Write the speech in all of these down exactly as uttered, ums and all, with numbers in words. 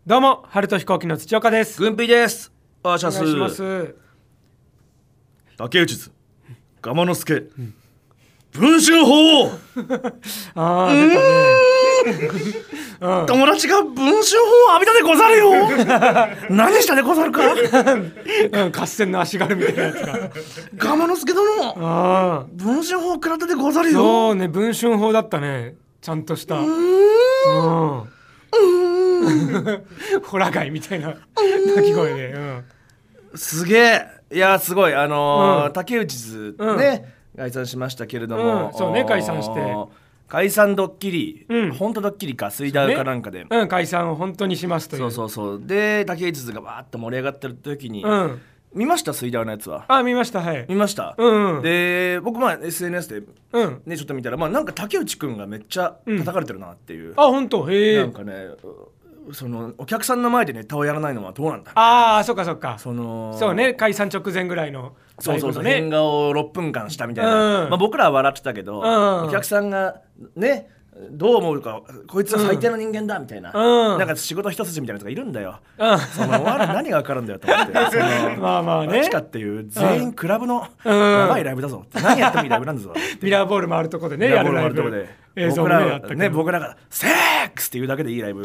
どうも春と飛行機の土岡です。 軍備です。お願いします。 お願いします。 竹内図蒲之助、うん、文春法あー出たね、うん、 友達が文春法を浴びたでござるよ何したでござるか、 うん、合戦の足軽みたいなやつが蒲之助殿あ文春法を食らったでござるよ。 そうね、文春法だったね。ちゃんとしたうーんホラ貝みたいな鳴き声で、うん、 すげえ。いやすごいあのーうん、竹内図ね、うん、解散しましたけれども、 うん、そうね解散して解散ドッキリ、 うん、 本当ドッキリか水ダウかなんかで、 ね、うん、解散を本当にしますという。 そうそうそうで竹内図がバーッと盛り上がってる時に、 うん、 見ました水ダウのやつは。 あ見ました。はい見ました、 うんうん、 で僕まあ エスエヌエス で、 うんね、ちょっと見たら、まあ、なんか竹内くんがめっちゃ叩かれてるなっていう、 うん、あ本当へえ。 なんかねそのお客さんの前でネタをやらないのはどうなんだ。 ああそっかそっか。 そのそうね解散直前ぐらいのそうそうそう、変顔をろっぷんかんしたみたいな、うんまあ、僕らは笑ってたけど、うん、お客さんがねどう思うか、こいつは最低の人間だみたいな、うん、なんか仕事一筋みたいなやつがいるんだよ、うん、そのお前ら何が分かるんだよと思ってそのまあまあね、 どっちかっていう全員クラブのやばいライブだぞ、うん、何やってもいいライブなんだぞミラーボール回るとこでねミラーボール回るとこで僕らね僕らがセックスっていうだけでいいライブ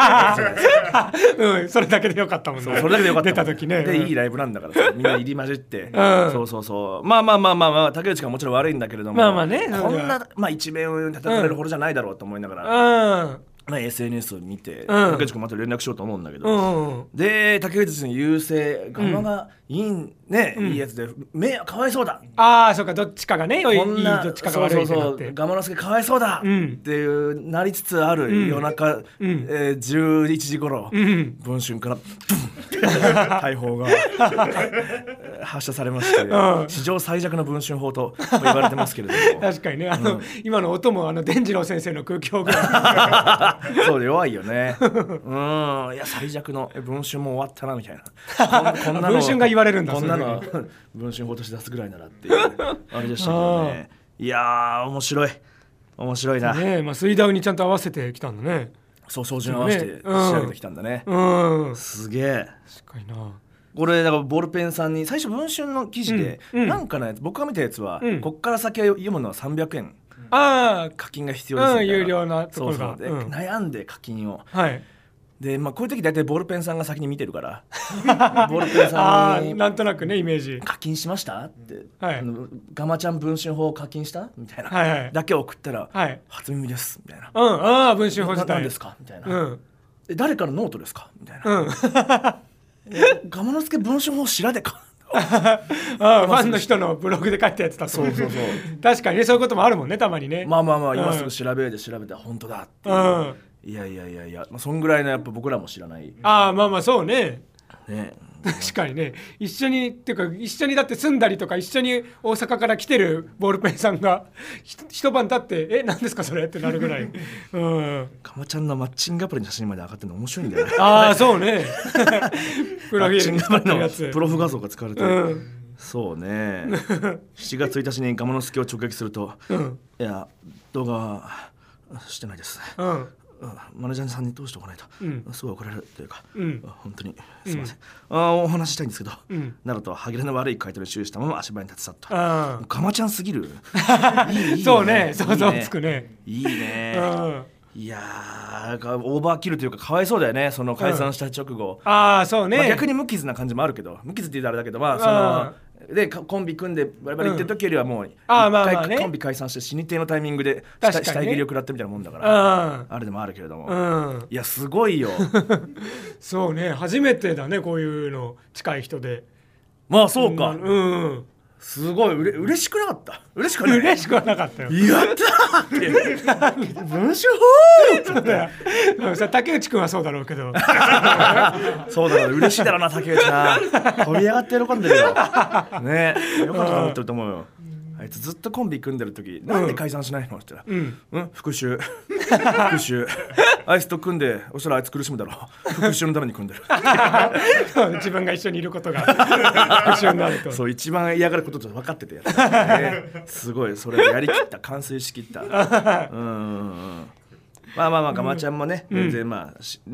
うん、それだけでよかったもんね。 それだけでよかったもん出た時ね、 で、うん、いいライブなんだからさみんな入り混じって、うん、そうそうそうまあまあまあまあまあ竹内がもちろん悪いんだけれども、 まあまあね、 こんな、まあ、一面を叩かれるほどじゃないだろうと思いながら、 うんまあ、エスエヌエス を見て、うん、竹内君また連絡しようと思うんだけど、 うん、 で竹内の優勢蒲がいいね、うん、いいやつで目かわいそうだ、 ああそうかどっちかがねこんなどっちかが悪いってなって蒲之助かわいそうだ、うん、っていうなりつつある夜中、うんえー、じゅういちじ頃、うん、文春から大砲が発射されまして、うん、史上最弱の文春砲と言われてますけれども確かにねあの、うん、今の音もあの伝次郎先生の空気砲ぐらいそう弱いよねうんいや最弱の文春も終わったなみたいなこんなの文春が言われるんだこんなの文春砲として出すぐらいならっていうあれでしたけどねいやー面白い面白いなねまあ、水ダウにちゃんと合わせてきたんだね。 そう照準合わせて仕上げてきたんだね、 うん、 すげえ確かにな。 これだからボールペンさんに最初文春の記事で、うんうん、なんかのやつ僕が見たやつは、うん、こっから先読むのはさんびゃくえんあ課金が必要ですみたいな、 うん、有料なところがそうそうで、うん、悩んで課金を、 はいでまあ、こういう時大体ボールペンさんが先に見てるからボールペンさんになんとなくねイメージ課金しましたって、 はい、 あのガマちゃん文春法課金したみたいな、 はいはい、 だけ送ったら、 はい、 初耳ですみたいな、 うん、ああ文春法自体何ですかみたいな、 うん、 え誰かのノートですかみたいな、 うん、 ガマ之助文春法知らでかああファンの人のブログで書いたやつだと。 そうそうそう確かにねそういうこともあるもんねたまにね。 まあまあまあ今すぐ調べて調べて本当だっていう、うんいやいやいやいや、まあ、そんぐらいのやっぱ僕らも知らないああまあまあそうねね確かにね一緒にっていうか一緒にだって住んだりとか一緒に大阪から来てるボールペンさんが一晩経ってえ何ですかそれってなるぐらいうんかまちゃんのマッチングアプリの写真まで上がってるの面白いんだよねああそうねプロフィールに使ってるやつマッチングアプリのプロフ画像が使われてる、うん、そうねしちがつついたちに蒲之助を直撃すると、うん、いや動画はしてないです、 うんマネージャーさんにどうしておかないと、うん、すごい怒られるというか、うん、本当にすいません、うん、あお話ししたいんですけど、うん、なると歯切れの悪い回答に注意したまま足早に立ち去ったかまちゃんすぎるいいいい、ね、 そうね想像つくねいいね、うん、いやーオーバーキルというかかわいそうだよねその解散した直後、 うん、ああそうね、 まあ、逆に無傷な感じもあるけど無傷って言うとあれだけどまあそのでコンビ組んでバリバリ行ってる時よりはもう一回コンビ解散して死に手のタイミングで死体切りを食らってみたいなもんだからあれでもあるけれども、うん、いやすごいよそうね初めてだねこういうの近い人でまあそうか、 うんうん、 すごいうれ嬉しくなかった嬉しくない嬉しくはなかったよやったーって文春法ー竹内くんはそうだろうけどそうだろう嬉しいだろうな竹内な飛び上がって喜んでるよねよかったと思ってると思うよあいつずっとコンビ組んでる時、うん、なんで解散しないのって言ったら、うんうん、復讐復讐あいつと組んでおそらくあいつ苦しむだろう復讐のために組んでる自分が一緒にいることが復讐になるとそう一番嫌がることと分かっててやった、ね、すごいそれでやりきった完成しきったうんうんうんまあまあまあガマちゃんもね、うん、全然まあね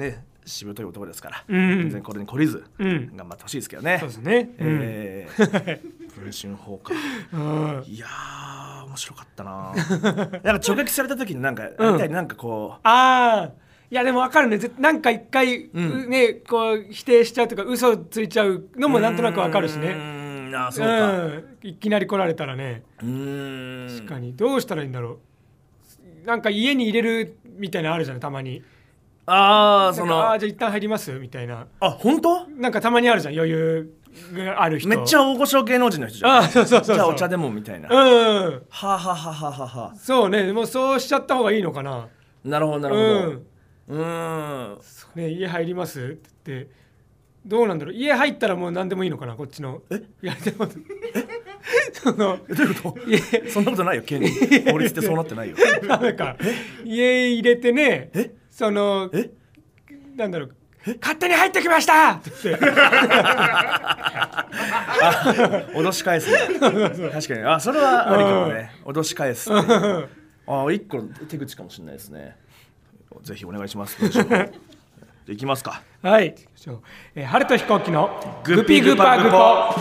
しぶとい男ですから、 うん、 全然これに懲りず、うん、頑張ってほしいですけどね。 そうですね、 えー、文春砲か、うん、いやー面白かったななんか直撃された時になんか、うん、みたいになんかこうああいやでも分かるねなんか一回、うん、ねこう否定しちゃうとか嘘ついちゃうのもなんとなく分かるしね。 うんあそうか、うん、 いきなり来られたらねうーん確かにどうしたらいいんだろう。なんか家に入れるみたいなのあるじゃんたまに。 ああそのあじゃあ一旦入りますみたいな。 あ本当なんかたまにあるじゃん余裕がある人。 めっちゃ大御所芸能人の人じゃん。 あそうそうそうそうじゃあお茶でもみたいな。 うんはあ、ははははははそうねもうそうしちゃった方がいいのかな。 なるほどなるほど。うんうーんね家入りますって言ってどうなんだろう家入ったらもう何でもいいのかなこっちの。 えいやでもえそのどういうことそんなことないよ権利法律ってそうなってないよ。 ダメか家入れてねえそのえなんだろう勝手に入ってきましたって言って脅し返すね確かにあそれはありかもね脅し返すっていうあ一個の手口かもしれないですね。ぜひお願いしますいきますか。 はい、えー、春と飛行機のグピグパグポ。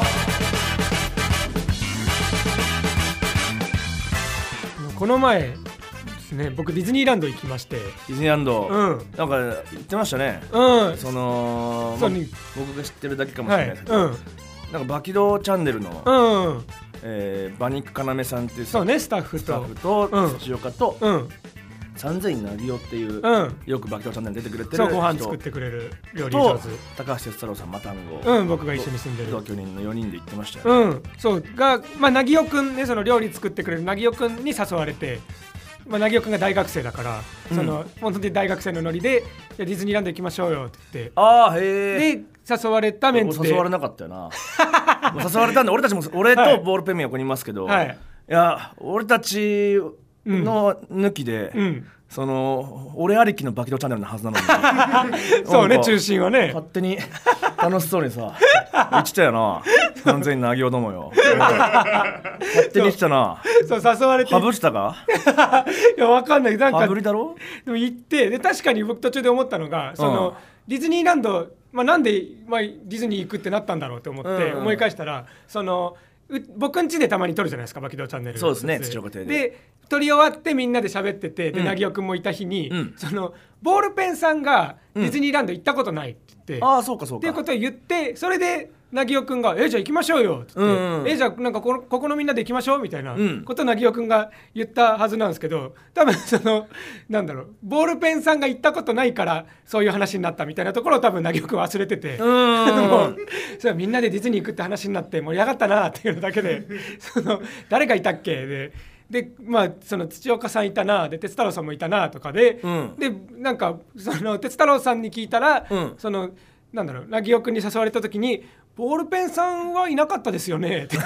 この前ですね僕ディズニーランド行きまして。 ディズニーランド、うん、なんか言ってましたね。 うんその、まあ、僕が知ってるだけかもしれないですけど、はいうん、なんかバキドーチャンネルの、うんえー、馬肉かなめさんっていうそうねスタッフとスタッフと、うん、土岡と、 うん三千なぎおっていう、うん、よくバキドーチャンネル出てくれてるそうご飯作ってくれる料理上手高橋哲太郎さんマタンゴ、 うん、僕が一緒に住んでる同居人のよにんで行ってましたよね。 うんそうがまあなぎおくんねその料理作ってくれるなぎおくんに誘われて。まあ、なぎおくんが大学生だから、うん、その本当に大学生のノリでディズニーランド行きましょうよって言ってあーへで誘われたメンツで誘われなかったよな誘われたんで俺たちも俺とボールペン横にいますけど、はい、いや俺たちの抜きで、うんうんその俺ありきのバキドーチャンネルのはずなのにそうね中心はね勝手に楽しそうにさ言ってたよな完全になぎおどもよ勝手に言ってたな。 そう誘われてハブしたかいや分かんないなんかハブりだろ。 でも行ってで確かに僕途中で思ったのがその、うん、ディズニーランド、まあ、なんで、まあ、ディズニー行くってなったんだろうと思って思い返したら、うんうん、その僕ん家でたまに撮るじゃないですかバキドーチャンネル。 そうですね土岡邸でで撮り終わってみんなで喋ってて、うん、でなぎおくんもいた日に、うん、そのボールペンさんがディズニーランド行ったことないって言って、 うん、ああそうかそうかっていうことを言ってそれでなぎおくんがえじゃあ行きましょうよって言って、うんうん、えじゃあなんかこ, ここのみんなで行きましょうみたいなことをなぎおくんが言ったはずなんですけど多分そのなんだろうボールペンさんが行ったことないからそういう話になったみたいなところを多分なぎおくん忘れててでもそれはみんなでディズニー行くって話になって盛り上がったなっていうのだけでその誰がいたっけででまあその土岡さんいたなで哲太郎さんもいたなとかで、うん、でなんかその哲太郎さんに聞いたら、うん、そのなんだろうなぎおくんに誘われた時にボールペンさんはいなかったですよねって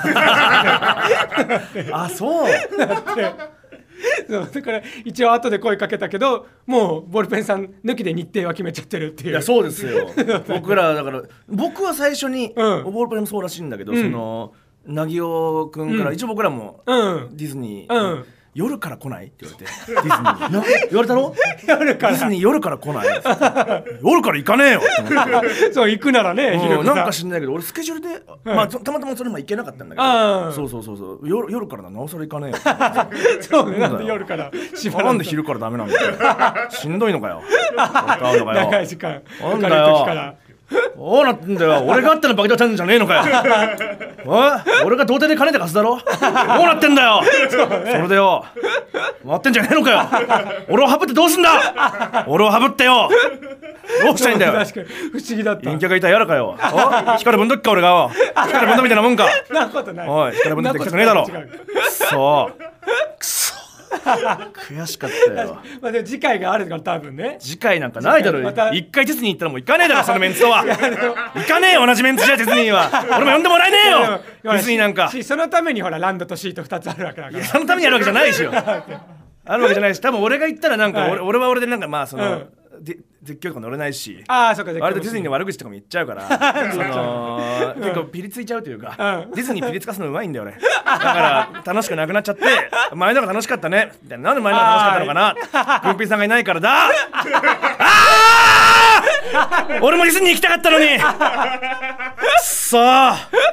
あそうだってそうだから一応後で声かけたけどもうボールペンさん抜きで日程は決めちゃってるっていう。 いやそうですよ僕らだから僕は最初に、うん、ボールペンもそうらしいんだけど、うん、そのなぎおくんから、うん、一応僕らもディズニー、うん、夜から来ないって言われてディズニー言われたの夜からディズニー夜から来ない夜から行かねえよって思ってそう行くならね、 うん、なんか知んないけど俺スケジュールで、うんまあ、たまたまそれも行けなかったんだけどそうそうそうそう 夜, 夜からなおさら行かねえよそうねなんで夜からなんで昼からダメなんだよしんどいのかよ長い時間なんだよおうなってんだよ俺があったのバキドーチャンネルじゃねえのかよ俺が童貞で金で貸すだろおうなってんだよ そ,、ね、それでよ回ってんじゃねえのかよ俺をハブってどうすんだ俺をハブってよどうしたいんだよ確かに不思議だった陰キャがいたらやらかよお光る分度器か俺が光る分度みたいなもんかなことないおい光る分度って来たくねえだろそうくそ悔しかったよまあでも次回があるから多分ね次回なんかないだろ一、ま、回ディズニー行ったらもう行かねえだろそのメンツとは行かねえよ同じメンツじゃディズニーは俺も呼んでもらえねえよディズニーなんかそのためにほらランドとシートふたつあるわけだからそのためにあるわけじゃないしよあるわけじゃないし多分俺が行ったらなんか 俺,、はい、俺は俺でなんかまあその、うん絶叫とか乗れないしあそうか割とディズニーの悪口とかも言っちゃうからその結構ピリついちゃうというか、うん、ディズニーピリつかすのうまいんだよ俺だから楽しくなくなっちゃって前のが楽しかったねみたいななんで前のが楽しかったのかなグンピーさんがいないからだあー俺もディズニー行きたかったのにくそー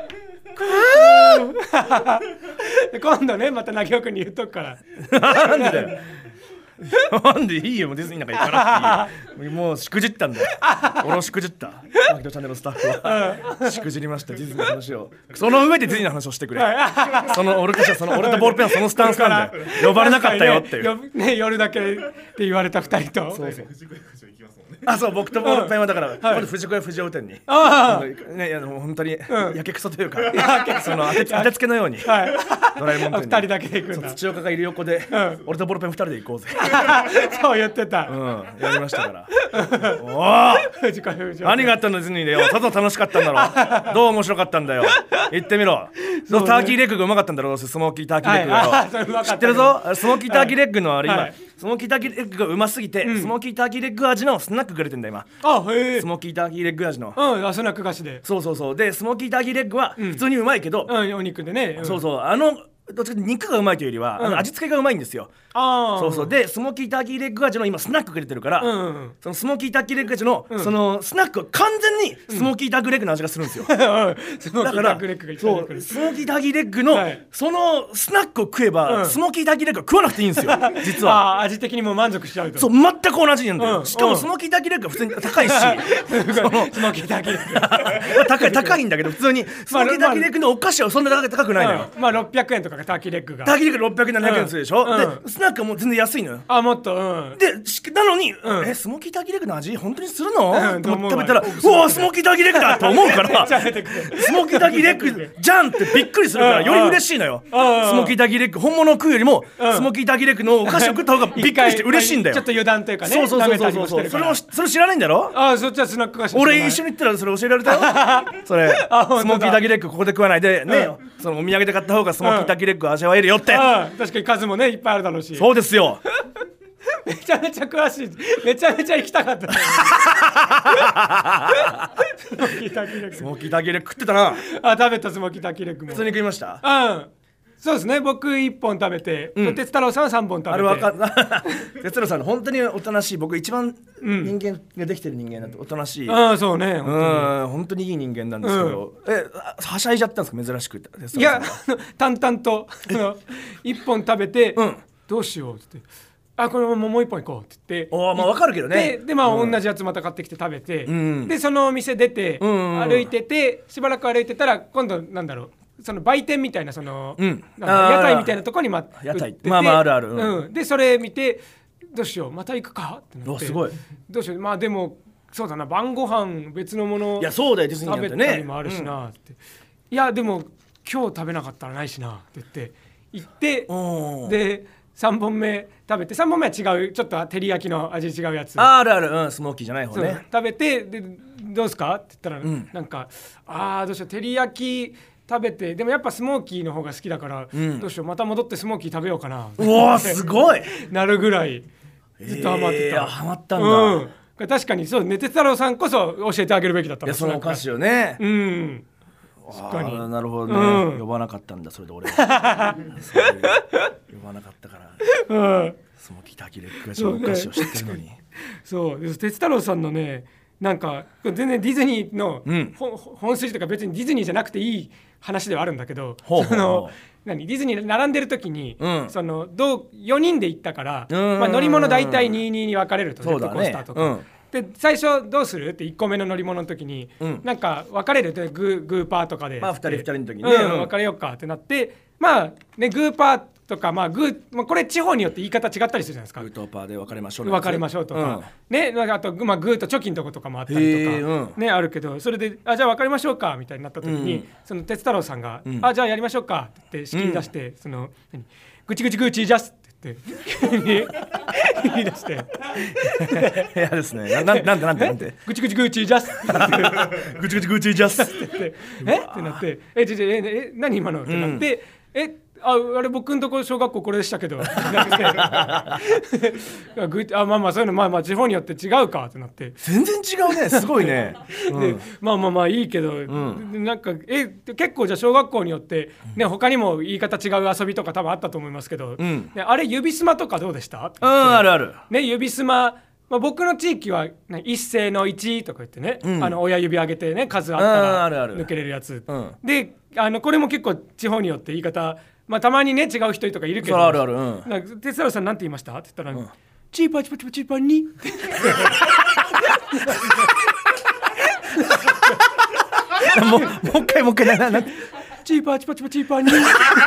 今度ねまたなぎおくんに言っとくからなんでだよなんでいいよもうディズニーなんか行かなくていいよもうしくじったんだよ俺もしくじったマキトチャンネルのスタッフはしくじりましたディズニーの話をその上でディズニーの話をしてくれその俺たちはその俺とボールペンはそのスタンスなんだよ呼ばれなかったよっていう、 ねね、夜だけって言われたふたりとそうそうあそう僕とボールペンはだから、はい、藤子屋藤尾店にあねいやもう本当に、うん、やけくそというかその当て、当てつけのように、はい、ドラえもん店にふたりだけで行くんだ土岡がいる横で、うん、俺とボールペンふたりで行こうぜそう言ってた、 うん、やりましたからおお何があったのディズニーでよさぞ楽しかったんだろうどう面白かったんだよ言ってみろ、ね、ターキーレッグがうまかったんだろうスモーキーターキーレッグが、はい、知ってるぞスモーキーターキーレッグのあれ今、はい、スモーキーターキーレッグがうますぎて、うん、スモーキーターキーレッグ味のスナックくれてんだ今あへスモーキーターキーレッグ味のうんスナック菓子でそうそうそうでスモーキーターキーレッグは普通にうまいけど、 うんうん、お肉でね、 うん、そうそうあのどっちか肉がうまいというよりは、うん、あの味付けがうまいんですよあそうそうでスモーキーターキーレッグ味の今スナックくれてるから、うんうん、そのスモーキーターキーレッグ味の、うん、そのスナックは完全にスモーキーターキーレッグの味がするんですよ、うん、だからスモーキーターキーレッグの、はい、そのスナックを食えば、うん、スモーキーターキーレッグは食わなくていいんですよ実はあ味的にも満足しちゃうとそう全く同じなんだよ、うん、しかもスモーキーターキーレッグは普通に高いしそのスモーキーターキーレッグ高い高いんだけど普通にスモーキーターキーレッグのお菓子はそんな高くないのよ、 まあろっぴゃくえんとかがターキーレッグがターキーレッグろっぴゃくえんななひゃくえんするでしょ、うん、でスナックはもう全然安いのよあもっとうんでなのに、うん、えスモーキーターキーレッグの味本当にするの、うん、と思って食べたらうわスモーキーターキーレッグだと思うからスモーキーターキーレッグじゃんってびっくりするからより嬉しいのよスモーキーターキーレッグ本物を食うよりもスモーキーターキーレッグのお菓子を食った方がびっくりして嬉しいんだよちょっと油断というかねそうそうそうそうそうそれもそれ知らないんだろあそっちはスナック菓子俺一緒に行ったらそれ教えられたよそれスモーキーターキーレッグここで食わないでねそのお土産で買った方がスモーキーターキーレッグを味わえるよって確かに数もねいっぱいあるだろうしそうですよめちゃめちゃ詳しいめちゃめちゃ行きたかったスモーキーターキーレッグスモーキーターキーレッグ食ってたなあ食べたスモーキーターキーレッグも普通に食いましたうんそうですね僕いっぽん食べて、うん、鉄太郎さんはさんぼん食べてあれわかん鉄太郎さん本当におとなしい僕一番人間ができてる人間だとおとなしい、 うん、ああそうねうん本当にいい人間なんですけど、うん、えはしゃいじゃったんですか珍しくいや淡々といっぽん食べて、うん、どうしようってあこれももう一本行こうって言っておまあわかるけどねで, でまあ、うん、同じやつまた買ってきて食べて、うん、でそのお店出て、うんうんうん、歩いててしばらく歩いてたら今度なんだろうその売店みたいなその、うん、なん屋台みたいなところにま屋台まあまああるある、 うんうん、でそれ見てどうしようまた行くかってなってすごいどうしようまあでもそうだな晩ご飯別のものいやそうだよ食べたりもあるしなって、うん、いやでも今日食べなかったらないしなって言って行ってでさんぼんめ食べてさんぼんめは違うちょっと照り焼きの味違うやつあるある、うん、スモーキーじゃない方ね食べてでどうすかって言ったら、うん、なんかあーどうしよう照り焼き食べてでもやっぱスモーキーの方が好きだから、うん、どうしようまた戻ってスモーキー食べようかなうわすごいなるぐらいずっとハマってた、えー、 ハマったんだ、 うん、確かにそうね鉄太郎さんこそ教えてあげるべきだったいやそのお菓子をねうん確かになるほどね、うん、呼ばなかったんだそれで俺は呼ばなかったから、うん、スモーキーターキーレッグがお菓子を知ってるのにそう鉄太郎さんのねなんか全然ディズニーの、うん、本筋とか別にディズニーじゃなくていい話ではあるんだけどその何ディズニー並んでる時に、うん、そのどうよにんで行ったから、まあ、乗り物大体ににに分かれるとジェットコースターとか、うん、で最初どうするっていっこめの乗り物の時に、うん、なんか分かれるってグー、グーパーとかでまあふたりふたりの時にね、うん、分かれようかってなってまあねグーパーとかまあグー、まあ、これ地方によって言い方違ったりするじゃないですかグーとパーで分かれましょう分かれましょうとか、うん、ねあと、まあ、グーとチョキのとことかもあったりとか、うん、ねあるけどそれであじゃあ分かりましょうかみたいになった時に、うん、その鉄太郎さんが、うん、あじゃあやりましょうかって仕切り出して、うん、その何ぐちぐちぐちジャスって言って言い出していやですねななんてなんてなんてぐちぐちぐちジャスぐちぐちぐちジャスって言ってえってなってえちょちょええ何今のってなって、うん、えあ, あれ僕のところ小学校これでしたけどあまあまあそういうのまあまあ地方によって違うかってなって全然違うねすごいね、 うん、でまあまあまあいいけど、うん、なんかえ結構じゃあ小学校によってね他にも言い方違う遊びとか多分あったと思いますけど、うん、あれ指スマとかどうでしたうんあるあるね指スマまあ、僕の地域は一斉のいちとか言ってね、うん、あの親指上げてね数あったら抜けれるやつ、うん、であのこれも結構地方によって言い方、まあ、たまにね違う人とかいるけど、 あるある、うん、 なんか哲太郎さんなんて言いましたって言ったら、うん、チーパーチパチパチーパーにもうもう一回もう一回ななチーパーチパチパチーパーに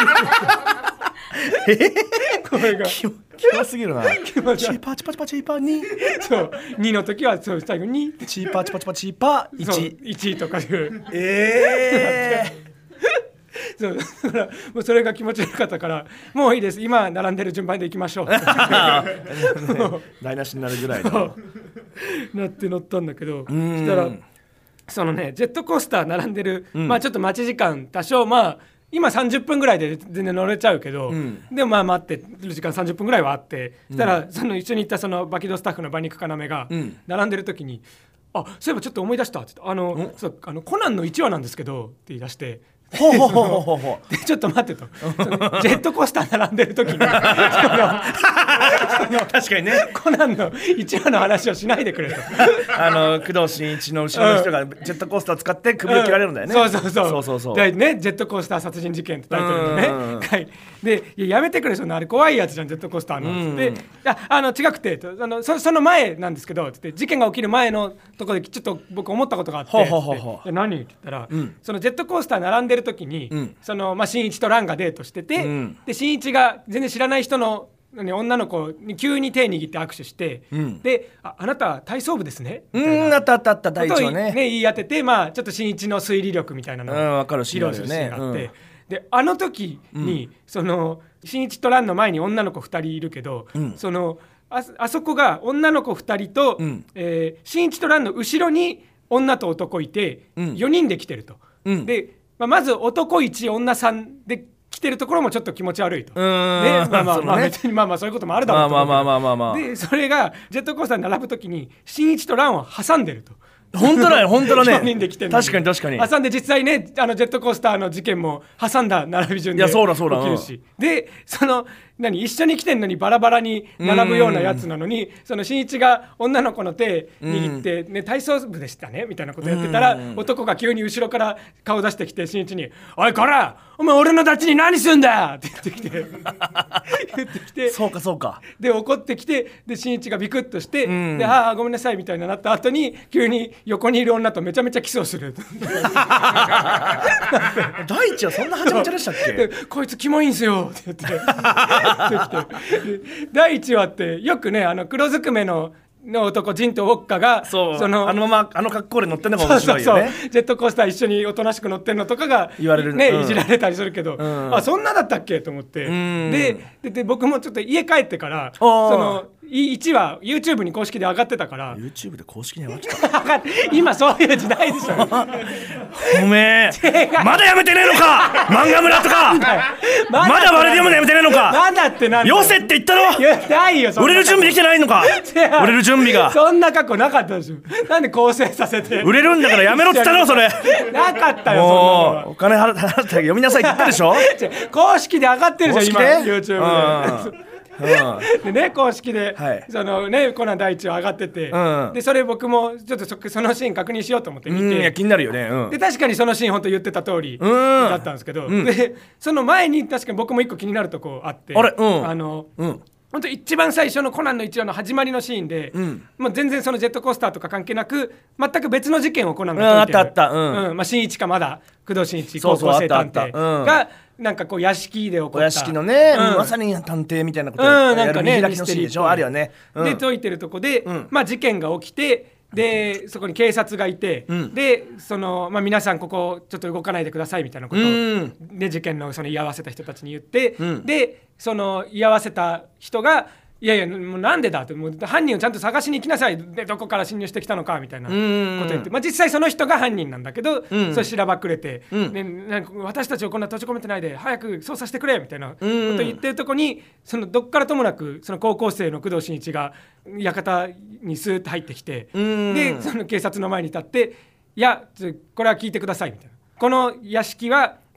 これがキモすぎるなチーパーチパチパチーパーにそうにの時はそう最後にチーパーチパチパチーパーいちいちとかいうええー、そうだからもうそれが気持ち悪かったからもういいです今並んでる順番でいきましょう台無しになるぐらいのなって乗ったんだけどそしたらそのねジェットコースター並んでる、うん、まあちょっと待ち時間多少まあ今さんじゅっぷんぐらいで全然乗れちゃうけど、うん、でもまあ待ってる時間さんじゅっぷんぐらいはあってそしたらその一緒に行ったそのバキドスタッフの馬肉要が並んでる時に、うん、あそういえばちょっと思い出したって言ってあの、そうあのコナンのいちわなんですけどって言い出してほうほうほうほうほうでちょっと待ってとジェットコースター並んでる時に確かにねコナンのいちわの話をしないでくれとあの工藤新一の後ろの人がジェットコースター使って首を切られるんだよね、 うん、そうそうそうそうそうそうで、ね、ジェットコースター殺人事件ってタイトルのねでいややめてくれそんなあれ怖いやつじゃんジェットコースターのでああの違くてあの そ, その前なんですけどって事件が起きる前のところでちょっと僕思ったことがあってほうほうほうほう何って言ったら、うん、そのジェットコースター並んでる時に、うんそのまあ、新一と蘭がデートしてて、うん、で新一が全然知らない人の女の子に急に手握って握手して、うん、で あ, あなた体操部ですねみたいなうんあったあったあった第一話ね言い当てて、まあ、ちょっと新一の推理力みたいなのを披露するシーンがあって、うん、であの時に、うん、その新一と蘭の前に女の子ふたりいるけど、うん、その あ, あそこが女の子ふたりと、うんえー、新一と蘭の後ろに女と男いて、うん、よにんで来てると、うん、でまあ、まず男いち女さんで来てるところもちょっと気持ち悪いと。うーん、 まあまあまあ別にまあまあそういうこともあるだろうと思うけど、 まあまあまあまあまあでそれがジェットコースターに並ぶときに新一と蘭を挟んでると。 本当だよ本当だねよにんで来てるのに確かに確かに挟んで実際ねあのジェットコースターの事件も挟んだ並び順で起きるしでその何一緒に来てんのにバラバラに並ぶようなやつなのにその新一が女の子の手握って、ね、体操部でしたねみたいなことやってたら男が急に後ろから顔出してきて新一においこらお前俺のダチに何すんだって言ってきて言ってきてそうかそうかで怒ってきてで新一がビクッとしてでああごめんなさいみたいになった後に急に横にいる女とめちゃめちゃキスをする第一はそんなはちゃめちゃでしたっけこいつキモいんすよって言ってだいいちわってよくねあの黒ずくめのの男ジンとウォッカがそうそのあのままあの格好で乗ってるのが面白いよね。 そうそうそうジェットコースター一緒におとなしく乗ってるのとかが言われるね、 うん、 いじられたりするけど、うん、あそんなだったっけと思ってで で, で僕もちょっと家帰ってからそのいちわ YouTube に公式で上がってたから YouTube で公式に上がってた今そういう時代でしょおめえまだやめてねえのか漫画村とかまだバレて読むのやめてねえのかまだってなんだよせって言ったろないよ売れる準備できてないのか売れる準備がそんな過去なかったでしょなんで構成させて売れるんだからやめろって言ったろそれなかったよもうそんなのお金払って読みなさいって言ったでしょ公式で上がってるじゃん今 YouTube でうん、 でね公式で、 はい、 そのねコナン第一話上がってて、うん、でそれ僕もちょっと そ, そのシーン確認しようと思って見て、 うん、いや気になるよね、うん、 で確かにそのシーン本当言ってた通りだったんですけど、うん、でその前に確かに僕も一個気になるとこあってあれ、うん、 あの、 うん本当一番最初のコナンの一話の始まりのシーンで、うん、もう全然そのジェットコースターとか関係なく全く別の事件をコナンが解いてる、 うん、あったあった、うんうんまあ、新一かまだ工藤新一高校生探偵がなんかこう屋敷で起こったお屋敷のね、うん、まさに探偵みたいなことやる見開きのシーンでしょあるよね、 うん、で解いてるとこで、うんまあ、事件が起きてでそこに警察がいて、うん、でその、まあ、皆さんここちょっと動かないでくださいみたいなことを、うん、で事件のその居合わせた人たちに言って、うん、でその居合わせた人がいやいやもうなんでだってもう犯人をちゃんと探しに行きなさいでどこから侵入してきたのかみたいなこと言って、まあ、実際その人が犯人なんだけど、うん、それしらばっくれて、うん、でなんか私たちをこんな閉じ込めてないで早く捜査してくれみたいなこと言ってるとこにそのどっからともなくその高校生の工藤新一が館にスーッと入ってきて、でその警察の前に立っていやこれは聞いてくださいみたいなこの屋敷は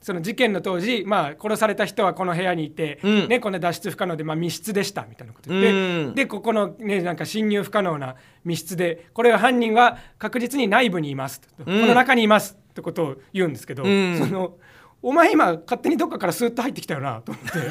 その事件の当時、まあ、殺された人はこの部屋にいて、 うんね、この脱出不可能で、まあ、密室でしたみたいなこと言って、 うんでここの、ね、なんか侵入不可能な密室でこれは犯人は確実に内部にいますと、うん、この中にいますってことを言うんですけど、うん、そのお前今勝手にどっかからスーッと入ってきたよなと思って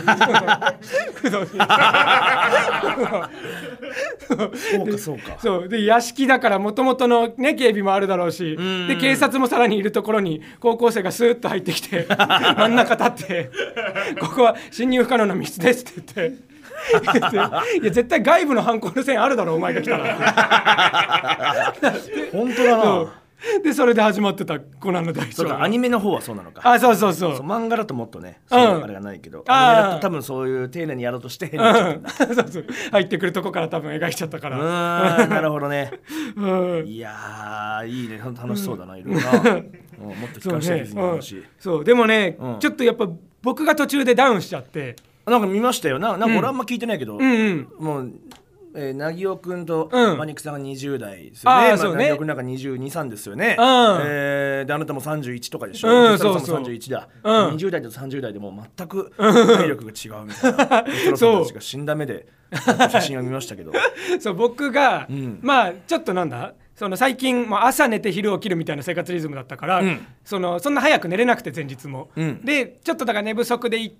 そうかそうかそうで屋敷だからもともとの、ね、警備もあるだろうし、うん、で警察もさらにいるところに高校生がスーッと入ってきて真ん中立ってここは侵入不可能な密室ですって言っていや絶対外部の犯行の線あるだろお前が来たらって本当だな。 でそれで始まってたコナンの大将アニメの方はそうなのか。 あそうそうそうそう漫画だともっとねそういうあれがないけど、うん、アニメだと多分そういう丁寧にやろうとして変になっちゃったんだ、 うん、そうそう入ってくるとこから多分描いちゃったからうーんなるほどね、うん、いやいいね楽しそうだな、うん、いろいろな、うん、もっと聞かせてディズニーの話、 そうね、うん、そうでもね、うん、ちょっとやっぱ僕が途中でダウンしちゃってなんか見ましたよな、なんか俺あんま聞いてないけど、 うんうんうん、 もうえー、なぎおくんとマニックさんがにじゅう代ですよね、うんまあ、なぎおくんなんかにじゅうに、さんですよね、うんえー、であなたもさんじゅういちとかでしょ、うん、そうそうさんじゅういちだ、うん、にじゅう代とさんじゅう代でもう全く体力が違うみたいなその人たちが死んだ目で写真を見ましたけどそう僕が、うん、まあちょっとなんだその最近もう朝寝て昼起きるみたいな生活リズムだったから、うん、そのそんな早く寝れなくて前日も、うん、でちょっとだから寝不足で行って、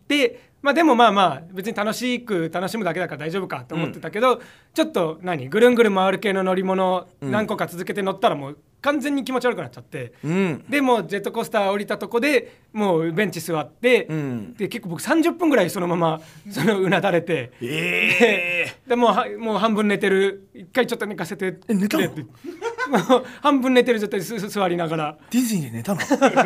まあ、でもまあまあ別に楽しく楽しむだけだから大丈夫かと思ってたけど、うん、ちょっと何ぐるんぐるん回る系の乗り物何個か続けて乗ったらもう完全に気持ち悪くなっちゃって、うん、でもうジェットコースター降りたとこでもうベンチ座って、うん、で結構僕さんじゅっぷんぐらいそのままそのうなだれて、 えー、 で, でもうもう半分寝てる一回ちょっと寝かせてえ寝たの半分寝てる状態で座りながらディズニーで寝たの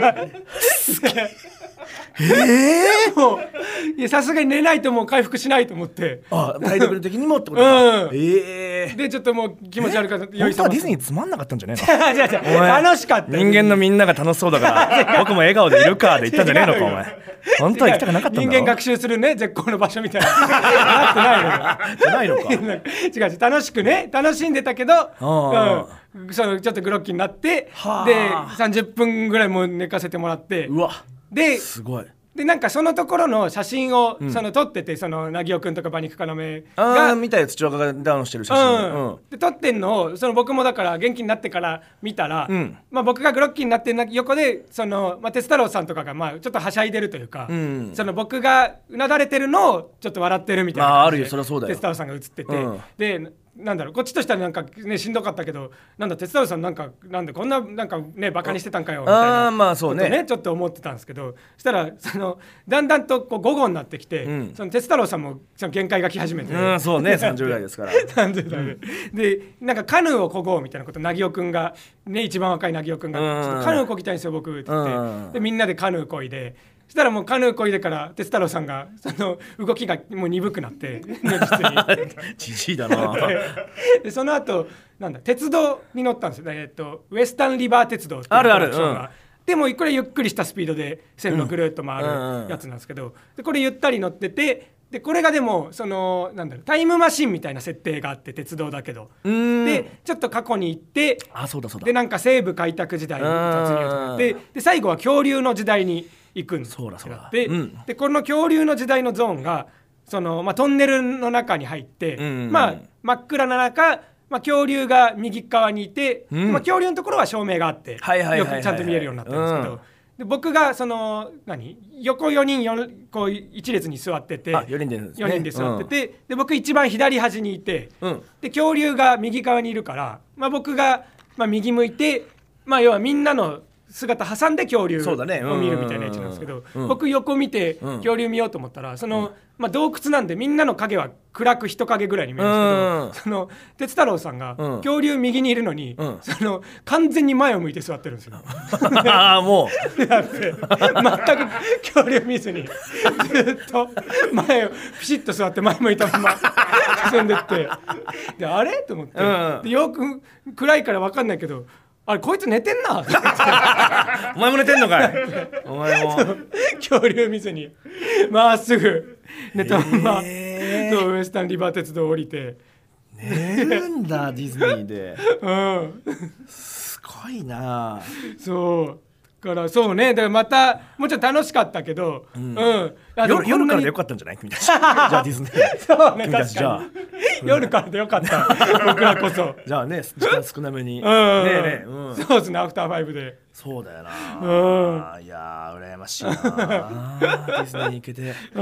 えー、もうさすがに寝ないともう回復しないと思ってあ体力的にもってことか、うん、えー、でちょっともう気持ち悪かった本当はディズニーつまんなかったんじゃねえの楽しかった人間のみんなが楽しそうだから僕も笑顔でいるかで言ったんじゃねえのかお前本当は行きたくなかったんだろ人間学習するね絶好の場所みたいななってないのじゃないのか違う違う楽しくね楽しんでたけど、うん、そのちょっとグロッキーになってでさんじゅっぷんぐらいもう寝かせてもらってうわですごいでなんかそのところの写真をその撮ってて、うん、そのなぎおくんとか馬肉かなめがあ見たやつ土岡がダウンしてる写真、 うんうん、で撮ってんのをその僕もだから元気になってから見たら、うんまあ、僕がグロッキーになってる横でその、まあ、鉄太郎さんとかがまあちょっとはしゃいでるというか、うん、その僕がうなだれてるのをちょっと笑ってるみたいな、 まあ、あるよそりゃそうだよ鉄太郎さんが写ってて、 うん、 でなんだろうこっちとしたらなんかねしんどかったけどなんだ鉄太郎さんなんかなんでこんななんかねバカにしてたんかよみたいなあまあそうね、 ねちょっと思ってたんですけどそしたらそのだんだんとこう午後になってきて、うん、その鉄太郎さんもその限界が来始めて、 うんそうねさんじゅう代ですからさんじゅう代で、うん、でなんかカヌーをこごうみたいなことなぎおくんがね一番若いなぎおくんが、うん、ちょっとカヌーこぎたいんですよ僕って言って、うん、でみんなでカヌーこいでそしたらもうカヌーこいでから鉄太郎さんがその動きがもう鈍くなってじじいだなでその後なんだ鉄道に乗ったんですよ、えー、とウエスタンリバー鉄道っていうあるある、うん、 でもこれゆっくりしたスピードで線路ぐるっと回るやつなんですけど、でこれゆったり乗っててでこれがでもそのなんだろうタイムマシンみたいな設定があって鉄道だけどでちょっと過去に行ってあそうだそうだでなんか西部開拓時代に突入となってで最後は恐竜の時代に行くんですそうだそうだで、うん、でこの恐竜の時代のゾーンがその、まあ、トンネルの中に入って、うんうん、まあ、真っ暗な中、まあ、恐竜が右側にいて、うんまあ、恐竜のところは照明があってよくちゃんと見えるようになってるんですけど、うん、で僕がその何横よにんよこう一列に座っててあよにんで、ね、 よにんで座ってて、うん、で僕一番左端にいて、うん、で恐竜が右側にいるから、まあ、僕が、まあ、右向いて、まあ、要はみんなの姿挟んで恐竜を見るみたいな位置なんですけど、うん、僕横見て恐竜見ようと思ったらその、まあ、洞窟なんでみんなの影は暗く人影ぐらいに見えるんですけど、その鉄太郎さんが恐竜右にいるのに、うん、その完全に前を向いて座ってるんですよああもうだって全く恐竜見ずにずっと前をピシッと座って前向いたまま進んでってであれと思って、うん、でよく暗いから分かんないけどあれこいつ寝てんなお前も寝てんのかいお前も恐竜見ずにまっすぐ寝たまま、えー、そうウエスタンリバー鉄道降りて寝るんだディズニーで、 うん、 すごいなそうからそうね、だからまたもちろん楽しかったけど、うん、うん、 夜, 夜からでよかったんじゃないみたいなじゃあディズニーそうね、確かに、うん、夜からでよかった僕らこそじゃあね時間少なめに、 うん、 ねえねえ、うん、 そうですね、アフターファイブでそうだよな、 うん、 いや羨ましいなディズニー行けて、 うん、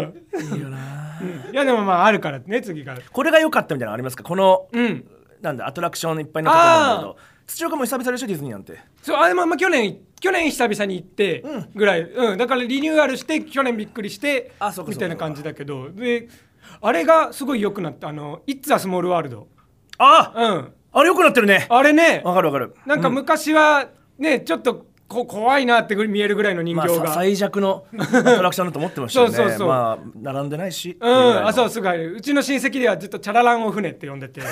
いいよな、 うん、いやでもまああるからね、次からこれが良かったみたいなのありますか、この、うん、なんだアトラクションいっぱいになってたんだけど、土岡も久々でしょディズニーなんて。 そうあれも、まあ、去年去年久々に行ってぐらい、うんうん、だからリニューアルして去年びっくりしてみたいな感じだけど、であれがすごい良くなった、あの「イッツ・ア・スモール・ワールド」 あ、 うん、 あれ良くなってるね。 あれね、 わかるわかる。 なんか昔はね、うん、ちょっとこ怖いなって見えるぐらいの人形が、 まあ、最弱のアトラクションだと思ってましたよねそうそうそう、 まあ並んでないし、 うん、あそうすごい、うちの親戚ではずっとチャラランお船って呼んでてチ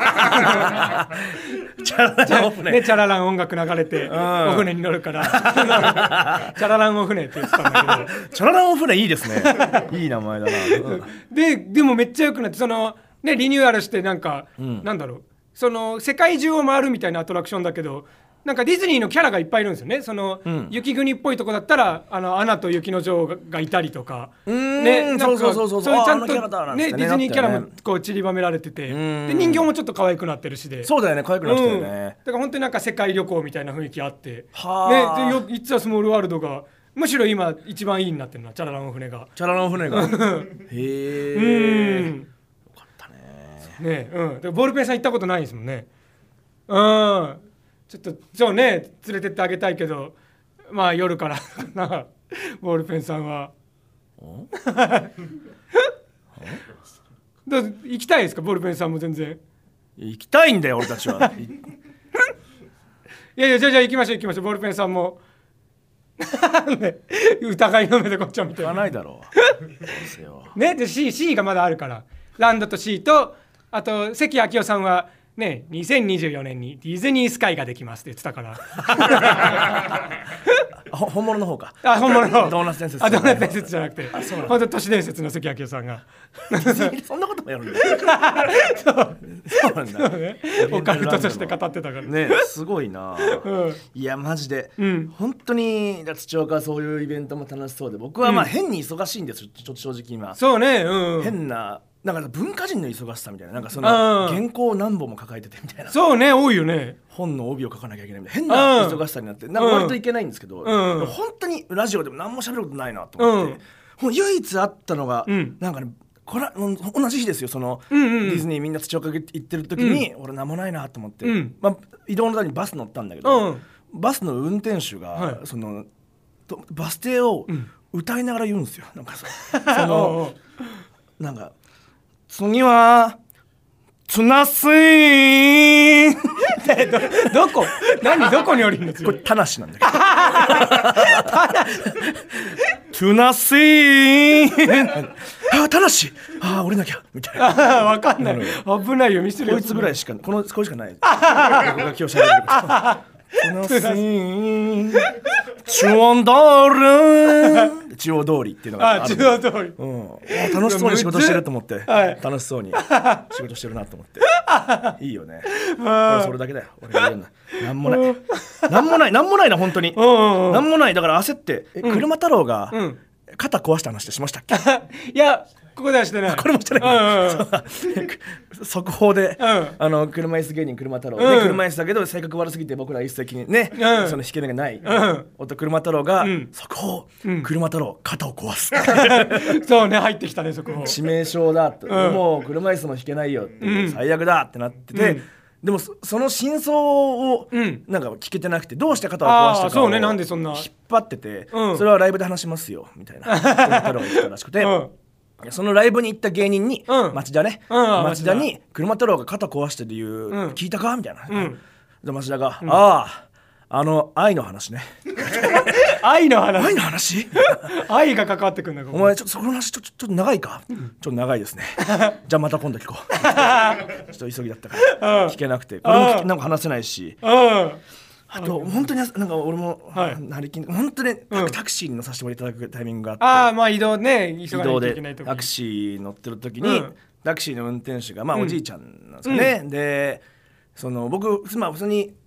ャラランお船ね、チャララン音楽流れて、うん、お船に乗るからチャラランお船って言ってたんだけどチャラランお船いいですねいい名前だな、うん、 ででもめっちゃ良くなって、そのねリニューアルしてなんか、うん、なんだろう、その世界中を回るみたいなアトラクションだけど、なんかディズニーのキャラがいっぱいいるんですよね。その、うん、雪国っぽいとこだったらあのアナと雪の女王がいたりとか、 ね、そうそうそうそう、 そういうちゃんとねディズニーキャラもこう散りばめられてて、で人形もちょっと可愛くなってるしで、 そうだよね、可愛くなってるよね、うん、 だから本当になんか世界旅行みたいな雰囲気あって、はね、でイッツ・ア・スモール・ワールドがむしろ今一番いいになってるな、チャラランお船がチャラランお船がへえ、うん、よかったねね、うん、でボールペンさん行ったことないんですもんね。うん、ちょっとそうね連れてってあげたいけど、まあ夜からなボールペンさんはどう行きたいですか、ボールペンさんも。全然行きたいんだよ俺たちはいやいや、じゃあじゃあ行きましょう行きましょう、ボールペンさんも疑いの目でこっちを見て行かないだろうね。で C, C がまだあるから、ランドと C と、あと関明夫さんはね、にせんにじゅうよねんにディズニースカイができますって言ってたから本物の方か。 あ、本物のドーナツ伝説。 あ、ドーナツ伝説じゃなくて、本当都市伝説の関明夫さんがそんなこともやるんだそうそうなんだ、ね、オカルトとして語ってたからね、すごいな、うん、いやマジで、うん、本当に土岡はそういうイベントも楽しそうで、僕はまあ変に忙しいんですよ、ちょっと正直今。 そうね、うん、 変ななんか文化人の忙しさみたいな、なんかその原稿を何本も抱えててみたいな、 そうね、多いよね、 本の帯を書かなきゃいけないみたいな変な忙しさになって、なんか割といけないんですけど、うん、本当にラジオでも何も喋ることないなと思って、うん、唯一あったのが、うん、なんかね、これ同じ日ですよ、その、うんうんうん、ディズニーみんな土岡行ってる時に、うん、俺何もないなと思って、うん、まあ、移動のためにバス乗ったんだけど、うん、バスの運転手が、はい、そのバス停を歌いながら言うんですよ、なんかそそのなんか次はツナスイーンど, どこ何どこに降りるんですか。 これ田無なんだけどツナスイーンあ、田無あ、降りなきゃみたいなわかんない、危ないよ、見せるよ、 こいつぐらいしか、このこれしかない僕が今日しゃべることツナスイーン中央通り中央通りっていうのがある。 あ、中央通り、 うん、楽しそうに仕事してると思って、はい、楽しそうに仕事してるなと思っていいよね。俺それだけだよ、俺が言うのなんもないなんもないなんもないな本当になんもない。だから焦ってえ、うん、車太郎が肩壊した話ってしましたっけいやここではしてない。 これもしてない、うんうん、速報で、うん、あの車椅子芸人車太郎、うん、車椅子だけど性格悪すぎて僕ら一石にね、うん、その引け目がない、うん、夫車太郎が、うん、速報、うん、車太郎肩を壊すそうね、入ってきたね、速報致命傷だと、うん、もう車椅子も引けないよって、うん、最悪だってなってて、うん、でも そ, その真相をなんか聞けてなくて、どうして肩を壊したかを引っ張ってて、うん、それはライブで話しますよみたいな車太郎が言ったらしくて、うん、そのライブに行った芸人に、うん、町田ね、うん、町田に車太郎が肩壊した理由、うん、聞いたかみたいな、うん、で町田が、うん、あああの愛の話ね愛の話愛の話愛が関わってくるんだ。 お前ちょっとそこの話ちょっとちょっと長いか、うん、ちょっと長いですねじゃあまた今度聞こうちょっと急ぎだったから聞けなくて、これも聞けなんか話せないし、あと本当になんか俺もなりきん本当にタクシーに乗させてもらいただくタイミングがあって、 ああまあ移動ね、急がないといけない時移動でタクシー乗ってる時に、うん、タクシーの運転手がまあおじいちゃんなんですかね、うん、でその僕まあ普通に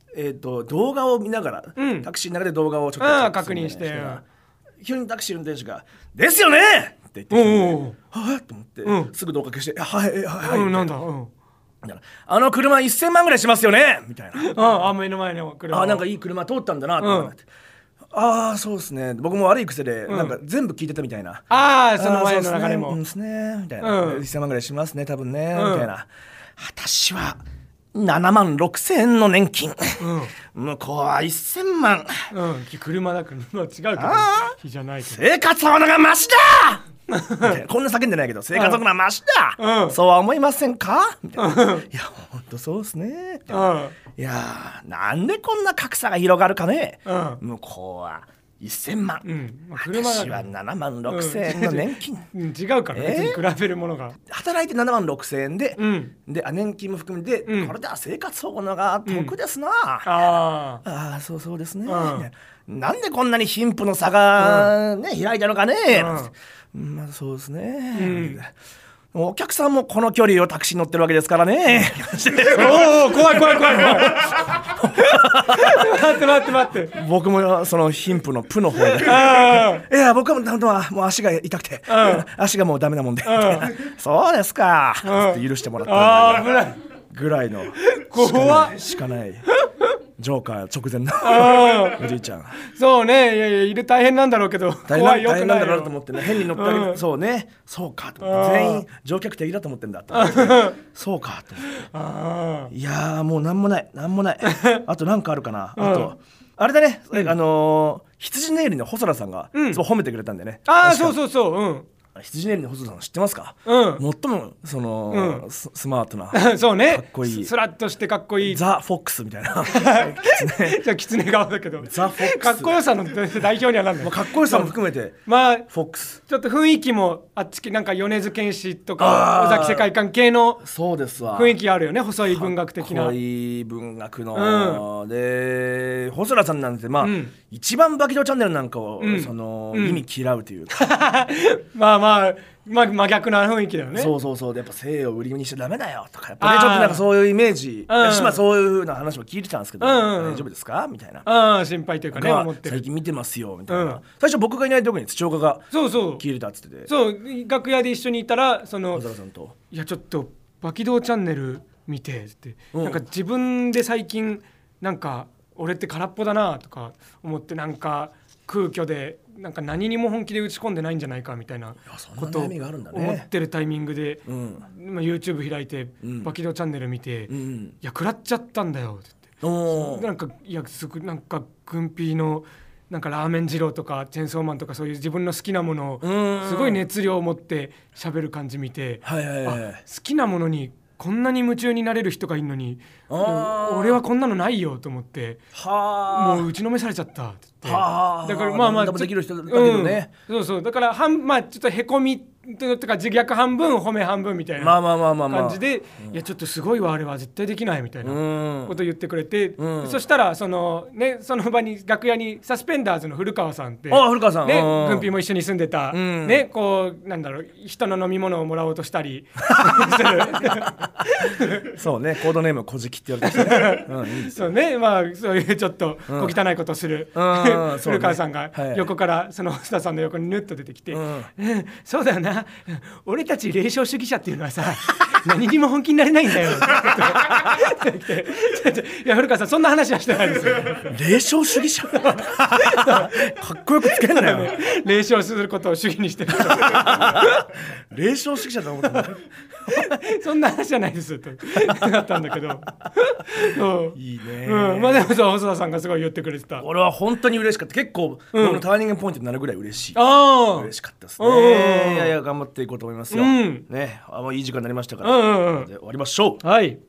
えー、と動画を見ながら、うん、タクシーの中で動画をちょっとあ確認して急にタクシー運転手が「ですよね!」って言ってきて「はぁ?」と思って、うん、すぐ動画消して「はいはいはい」 うん、なんだ、うんあの車いっせんまんぐらいしますよねみたいなああ目の前の車あなんかいい車通ったんだなって思って、うん、ああそうですね僕も悪い癖で、うん、なんか全部聞いてたみたいなああその前の流れもうんですねみたいな、うん、いっせんまんぐらいしますね多分ね、うん、みたいな私はななまんろくせんえんの年金、うん、向こうはいっせんまん、 うん、車だから違うけど日じゃないけど生活保護がマシだこんな叫んでないけど生活保護がマシだ、うん、そうは思いませんかみたいな、うん、いやほんとそうですね、うん、いやなんでこんな格差が広がるかね、うん、向こうはいっせんまん、うん、私はななまんろくせんえんの年金、 うん、違うから、別に比べるものが働いてななまんろくせんえんで、うん、で年金も含めて、うん、これでは生活保護のが得ですな、うん、ああそうそうですね、うん、なんでこんなに貧富の差が、ね、開いたのかね、うん、まあそうですね、うんお客さんもこの距離をタクシーに乗ってるわけですからねおお怖い怖い怖い怖い待って待って待って僕もその貧富のプの方でいや僕は本当はもう足が痛くて足がもうダメなもんでそうですかって許してもらったんだぐらいの怖しかないジョーカー直前のおじいちゃんそうねいやいやいる大変なんだろうけど大変大変なんだろうと思ってね変に乗ってあげる、うん、そうねそうかと思って全員乗客敵だと思ってんだと思ってそうかと思っていやもうなんもないなんもないあとなんかあるかなあと、うん、あれだね、うん、あのー、羊ネイリの細田さんが、うん、そう褒めてくれたんでねああそうそうそううん羊ネイリの細田さん知ってますか、うん、最もその、うん、ス, スマートなそうねかっこいいスラッとしてかっこいいザ・フォックスみたいなじゃあキツネ側だけどザ・フォックスかっこよさの代表にはなんだよ、 まあ、かっこよさも含めてまあフォックスちょっと雰囲気もあっちきなんか米津玄師とか尾崎世界観系の雰囲気あるよね細い文学的な細い文学の、うん、で細田さんなんてまあ、うん、一番バキドーチャンネルなんかを、うん、その、うん、意味嫌うというかまあまあまあ、真逆な雰囲気だよねそうそうそうやっぱ性を売りにしちゃダメだよとかやっぱねちょっとなんかそういうイメージ、うん、私まあそういうな話も聞いてたんですけど、うんうん、大丈夫ですかみたいなあ心配というかね思ってる最近見てますよみたいな、うん、最初僕がいないとこに土岡が聞いてたっつっててそうそう楽屋で一緒にいたらその小沢さんといやちょっとバキドーチャンネル見てって、うん、なんか自分で最近なんか俺って空っぽだなとか思ってなんか空虚でなんか何にも本気で打ち込んでないんじゃないかみたいなことを思ってるタイミングで、うん、YouTube 開いて、うん、バキドーチャンネル見て、うん、いや食らっちゃったんだよって言ってなんかいやすごなんか軍ピーのなんかラーメン二郎とかチェンソーマンとかそういう自分の好きなものをすごい熱量を持って喋る感じ見て、はいはいはい、あ好きなものにこんなに夢中になれる人がいるのに俺はこんなのないよと思ってはもう打ちのめされちゃったって言ってはだからまあまあできる人だけどね、 うん、そうそうだから半まあちょっとへこみとか自虐半分褒め半分みたいな感じでいやちょっとすごいわあれは絶対できないみたいなことを言ってくれて、うん、そしたらそのねその場に楽屋にサスペンダーズの古川さんってあ古川さんね軍ピも一緒に住んでた、うん、ねこうなんだろう人の飲み物をもらおうとしたりそうねコードネームこじきって言われてたね、うん、いいですそうねまあそういうちょっと小汚いことをする、うん、古川さんが横からその須田さんの横にヌッと出てきて、うん、そうだよな俺たち霊障主義者っていうのはさ何にも本気になれないんだよいや古川さんそんな話はしてないですよ霊障主義者かっこよくつけんなよ霊障することを主義にしてる霊障主義者だと思ったそんな話じゃないですってなったんだけどいいね、 うん、まあでもさ細田さんがすごい言ってくれてた俺は本当に嬉しかった結構、うん、僕のターニングポイントになるぐらい嬉しいあ嬉しかったですねいやいや頑張っていこうと思いますよ、うん、ねあもういい時間になりましたから、うんうんうん、で終わりましょうはい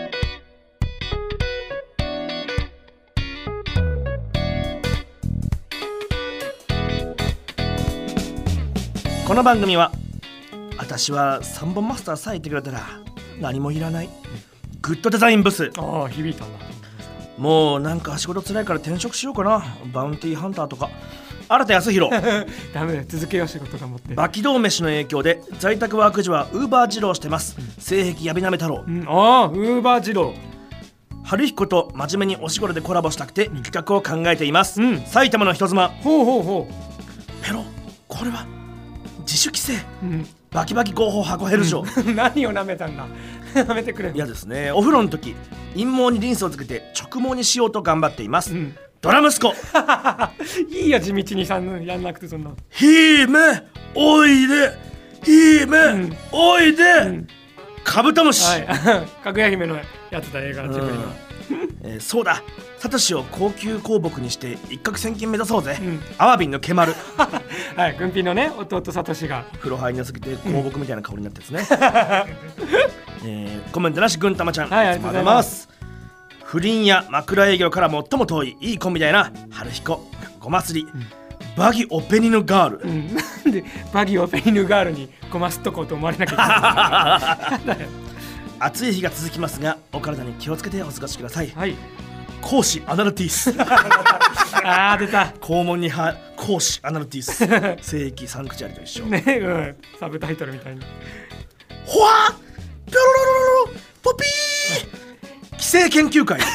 この番組は私はさんぼんマスターさえいてくれたら何もいらないグッドデザインブスああ響いたんだもうなんか仕事つらいから転職しようかなバウンティーハンターとか新田康弘ダメだ続けよう仕事が持ってバキドー飯の影響で在宅ワーク時はウーバー二郎してます、うん、性癖やびなめ太郎、 うん、ああウーバー二郎春彦と真面目にお仕事でコラボしたくて企画を考えています、うん、埼玉の人妻。 ほうほうほう。 ペロ、これは自主規制、うん、バキバキ合法箱ヘル嬢、 うん、何を舐めたんだ舐めてくれ。 いやですね、お風呂の時陰毛にリンスをつけて直毛にしようと頑張っています、うん、ドラ息子いいや、地道にさんやんなくて。そんな姫おいで姫、うん、おいで、うん、カブトムシ、 はい、かぐや姫のやつだ、映画のジブリの、 えー、そうだ、サトシを高級香木にして一攫千金目指そうぜ、うん、アワビンのケマルはい、軍ピのね弟サトシが風呂入りなすぎて香木みたいな香りになってですね、えー、コメントなしぐんたまちゃん、 はい、ありがとうございます。 不倫や枕営業から最も遠いいいコンビだよな、春彦、ごますり、うん、バギオペニヌガール、うん、 なんでバギオペニヌガールにごますっとこうと思われなきゃいけない暑い日が続きますがお体に気をつけてお過ごしください、 はい、 講師アナルティスあー出た、 肛門には講師アナルティス聖域サンクチュアリと一緒ね、うん、サブタイトルみたいにほわっピョロロロロロポピー規制研究会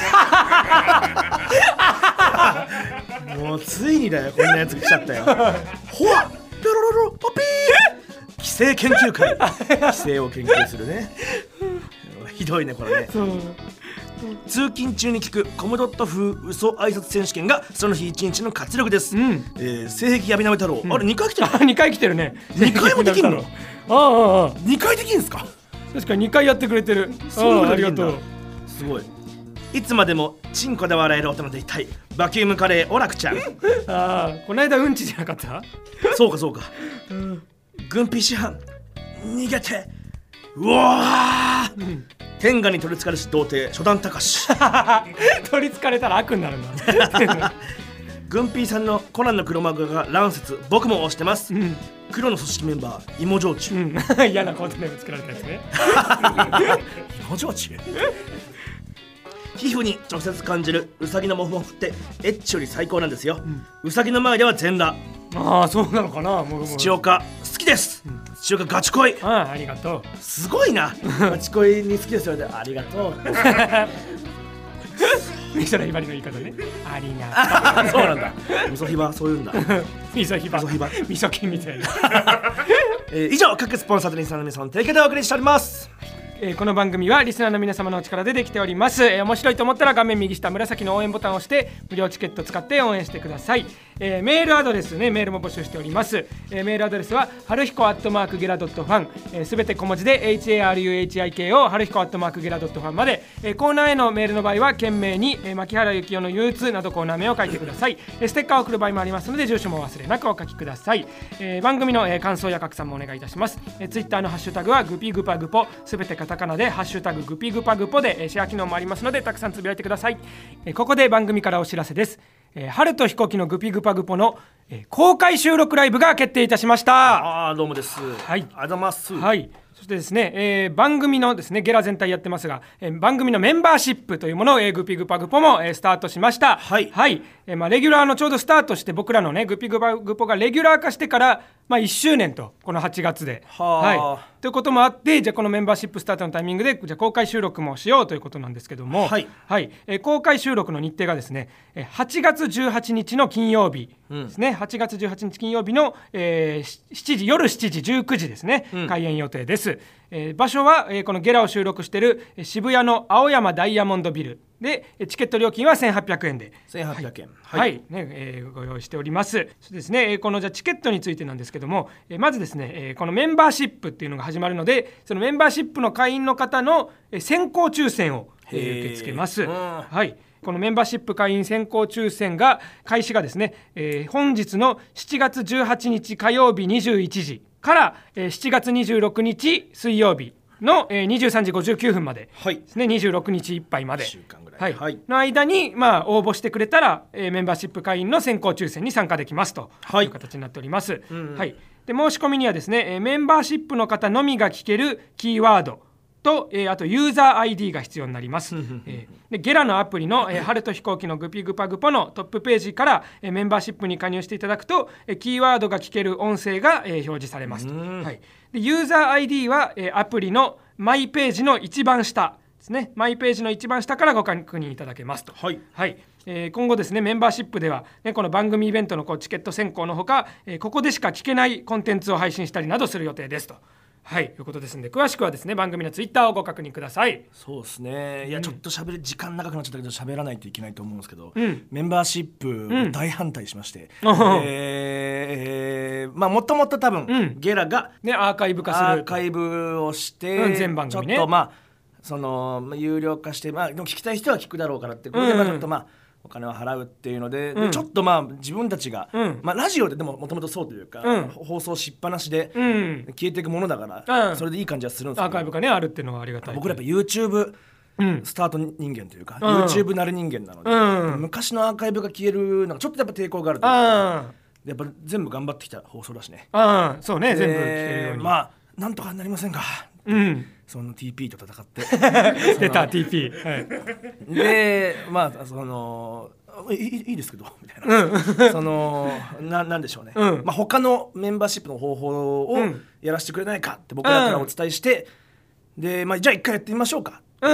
もうついにだよ、こんなやつ来ちゃったよほわっピョロロロポピー規制研究会規制を研究するねひどいねこれね。通勤中に聞くコムドット風嘘挨拶選手権がその日一日の活力です、うん、えー、性癖やびなめ太郎、うん、あれにかい来てるにかい来てるね。 にかいもできるのああああにかいできるんですか。 確かににかいやってくれてる。 そう、ありがとう。すごい。いつまでもチンコで笑える大人でいたいバキュームカレーオラクちゃんああ、この間うんちじゃなかった。 そうかそうか、うん、軍備師範逃げてうわー、うん、天下に取りつかれし童貞初段高し取りつかれたら悪になるんだ軍備さんのコナンの黒幕が乱説、僕も推してます、うん、黒の組織メンバー芋焼酎、うん、 嫌なコードネーム作られたやつね芋焼酎皮膚に直接感じるウサギのモフモフってエッチより最高なんですよ、うん、ウサギの前では全裸。 ああ、そうなのかな。もう土岡好きです、うん、土岡ガチ恋。 ああ、ありがとう。 すごいなガチ恋に好きですよね。ありがとう美空ひばりの言い方ね。ありがとうそうなんだ。みそひばそういうんだ。 みそひばみそ菌みたいな、 えー、以上各スポンサーとリスナーの皆さんの提供でお送りしております。 えー、この番組はリスナーの皆様のお力でできております、えー、面白いと思ったら画面右下紫の応援ボタンを押して無料チケット使って応援してください、えー、メールアドレスね、メールも募集しております、えー、メールアドレスははるひこアットマークゲラドットファン、えー、すべて小文字で エイチエーアールユーエイチアイケー をはるひこアットマークゲラドットファンまで、えー、コーナーへのメールの場合は懸命に、えー、牧原幸雄の憂鬱などコーナー名を書いてください、えー、ステッカーを送る場合もありますので住所も忘れなくお書きください、えー、番組の、えー、感想や拡散もお願いいたします、えー、ツイッターのハッシュタグはグピグパグポ、すべてカタカナでハッシュタググピグパグポでシェア機能もありますのでたくさんつぶやいてください。ここで番組からお知らせです。春と飛行機のグピグパグポの公開収録ライブが決定いたしました。 あー、どうもです。 はい、 ありがとうございます。 はい、そしてですね、えー、番組のですねゲラ全体やってますが、えー、番組のメンバーシップというものを、えー、グピグパグポも、えー、スタートしました。 はい、 はい、えーまあ、レギュラーのちょうどスタートして僕らのねグピグパグポがレギュラー化してから、まあ、いっしゅうねんとこのはちがつで、 は、はい、ということもあって、じゃあこのメンバーシップスタートのタイミングでじゃあ公開収録もしようということなんですけども、 はいはい、えー、公開収録の日程がですねはちがつじゅうはちにちの金曜日ですね、うん、はちがつじゅうはちにち金曜日の、えー、しちじ夜しちじじゅうくじですね、うん、開演予定です。えー、場所は、えー、このゲラを収録している渋谷の青山ダイヤモンドビルでチケット料金はせんはっぴゃくえんでせんはっぴゃくえん、 はい、はい、ね、えー、ご用意しております。そうですね、えー、このじゃチケットについてなんですけども、えー、まずですね、えー、このメンバーシップっていうのが始まるのでそのメンバーシップの会員の方の、えー、先行抽選を、えー、受け付けます。はい、このメンバーシップ会員先行抽選が開始がですね、えー、本日のしちがつじゅうはちにち火曜日にじゅういちじから、えー、しちがつにじゅうろくにち水曜日の、えー、にじゅうさんじごじゅうきゅうふんまでですね、はい、にじゅうろくにちいっぱいまでいっしゅうかんぐらい、はいはい、の間に、まあ、応募してくれたら、えー、メンバーシップ会員の先行抽選に参加できますという形になっております。はい、うんうん、はい、で申し込みにはですね、えー、メンバーシップの方のみが聞けるキーワードと、えー、あとユーザー アイディー が必要になります。えー、でゲラのアプリの、えー、春と飛行機のグピグパグポのトップページから、えー、メンバーシップに加入していただくと、えー、キーワードが聞ける音声が、えー、表示されますと。はい、でユーザー アイディー は、えー、アプリのマイページの一番下、 ですね、マイページの一番下からご確認いただけますと。 はい、 はいえー、今後ですねメンバーシップでは、ね、この番組イベントのこうチケット選考のほか、えー、ここでしか聞けないコンテンツを配信したりなどする予定ですと。はい、ということですので詳しくはですね番組のツイッターをご確認ください。 そうですね、いや、うん、ちょっと喋る時間長くなっちゃったけど喋らないといけないと思うんですけど、 うん、 メンバーシップ大反対しまして、うんえー、まあもともと多分、うん、ゲラが、 ね、アーカイブ化するアーカイブをして、 うん、全番組ね、 ちょっとまあその有料化して、まあ、でも聞きたい人は聞くだろうからってことで、うんまあ、ちょっとまあお金を払うっていうの で,、うん、でちょっとまあ自分たちが、うんまあ、ラジオででももともとそうというか、うん、放送しっぱなしで消えていくものだから、うん、それでいい感じはするんですけど、 アーカイブがねあるっていうのはありがたい。 僕らやっぱ YouTube、うん、スタート人間というか、うん、YouTube なる人間なので、うん、昔のアーカイブが消えるのがちょっとやっぱ抵抗があるというか、うん、やっぱ全部頑張ってきた放送だしね、 うん、そうね全部聞けるように、 まあなんとかなりませんか、 うん、 その ティーピー と戦って出た ティーピー、はい、 でまあそのい い, いいですけどみたいな、うん、その な, なんでしょうね、うんまあ、他のメンバーシップの方法をやらせてくれないかって僕らからお伝えして、うんでまあ、じゃあ一回やってみましょうか、 うん、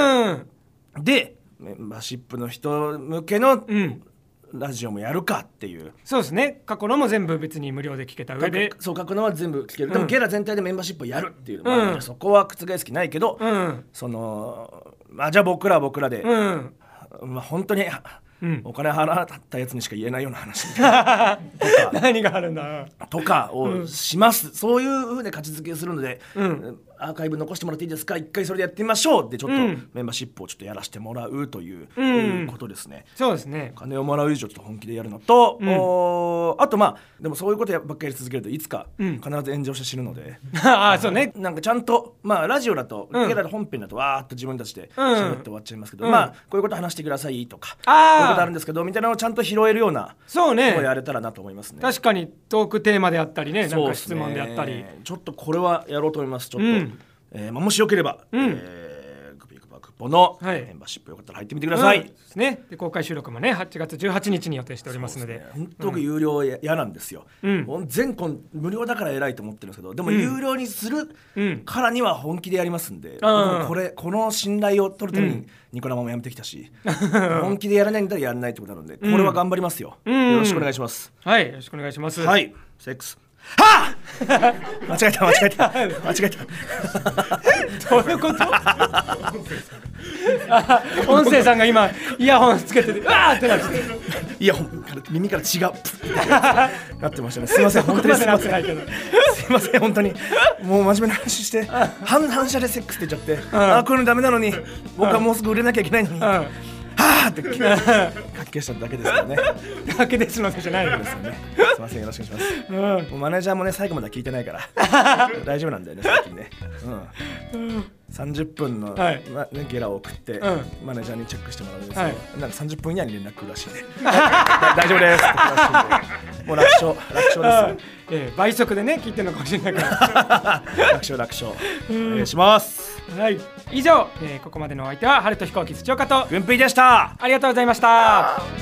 でメンバーシップの人向けのラジオもやるかっていう、 そうですね、過去のも全部別に無料で聞けた上で、 そう過去のは全部聞ける、うん、でもゲラ全体でメンバーシップをやるっていう、まあうん、そこは覆す気ないけど、うん、そのまあ、じゃあ僕らは僕らで、うんまあ、本当にうん、お金払ったやつにしか言えないような話とか何があるんだとかをします、うん、そういう風で価値づけをするので、うん、アーカイブ残してもらっていいですか、一回それでやってみましょうでちょっとメンバーシップをちょっとやらせてもらうという、うん、ことですね。 そうですね、 お金をもらう以上ちょっと本気でやるのと、うん、おあとまあでもそういうことばっかりやり続けるといつか必ず炎上して死ぬので、 うん、ああそうね、 なんかちゃんとまあラジオだと、うん、ゲラの本編だとわーっと自分たちで喋って終わっちゃいますけど、うん、まあこういうこと話してくださいとか、こういうことあるんですけどみたいなのをちゃんと拾えるようなそうねをやれたらなと思いますね。 確かにトークテーマであったりね、なんか質問であったり、 ちょっとこれはやろうと思います。ちょっと、うんえーまあ、もしよければ、うんえー、グピークバークポのメンバーシップよかったら入ってみてください、はいうんですね、で公開収録もねはちがつじゅうはちにちに予定しておりますので、 本当に有料嫌なんですよ、うん、全コ無料だから偉いと思ってるんですけど、でも有料にするからには本気でやりますんで、うん、これこの信頼を取るためにニコ生もやめてきたし、うん、本気でやらないんだったらやらないってことなので、これは頑張りますよ、うん、よろしくお願いします、 はいよろしくお願いします。 はいセックスはあ間違えた間違えた間違えたどういうことあ音声さんが今イヤホンつけててうわーってなってイヤホンから耳から血がなってましたね。すいません本当にすいませんすいません本当にもう真面目な話して反反射でセックスって言っちゃって、うん、あこういうのダメなのに僕はもうすぐ売れなきゃいけないのに、うんはぁって書き消しただけですよね。 だけですのでじゃないですよね。すみませんよろしくお願いします。うん、もうマネージャーもね最後までは聞いてないから大丈夫なんだよね最近ね。うん、さんじゅっぷんの、はいまね、ゲラを送って、うん、マネージャーにチェックしてもらうんですけど、はい、なんかさんじゅっぷん以内に連絡来るらしいね。大丈夫ですって来るらしいんで、もう楽勝楽勝ですよ。 えー、倍速でね聞いてるのかもしれないから楽勝楽勝お願いします。 はい、以上、えー、ここまでのお相手は春と飛行機土岡と軍平でした。 ありがとうございました。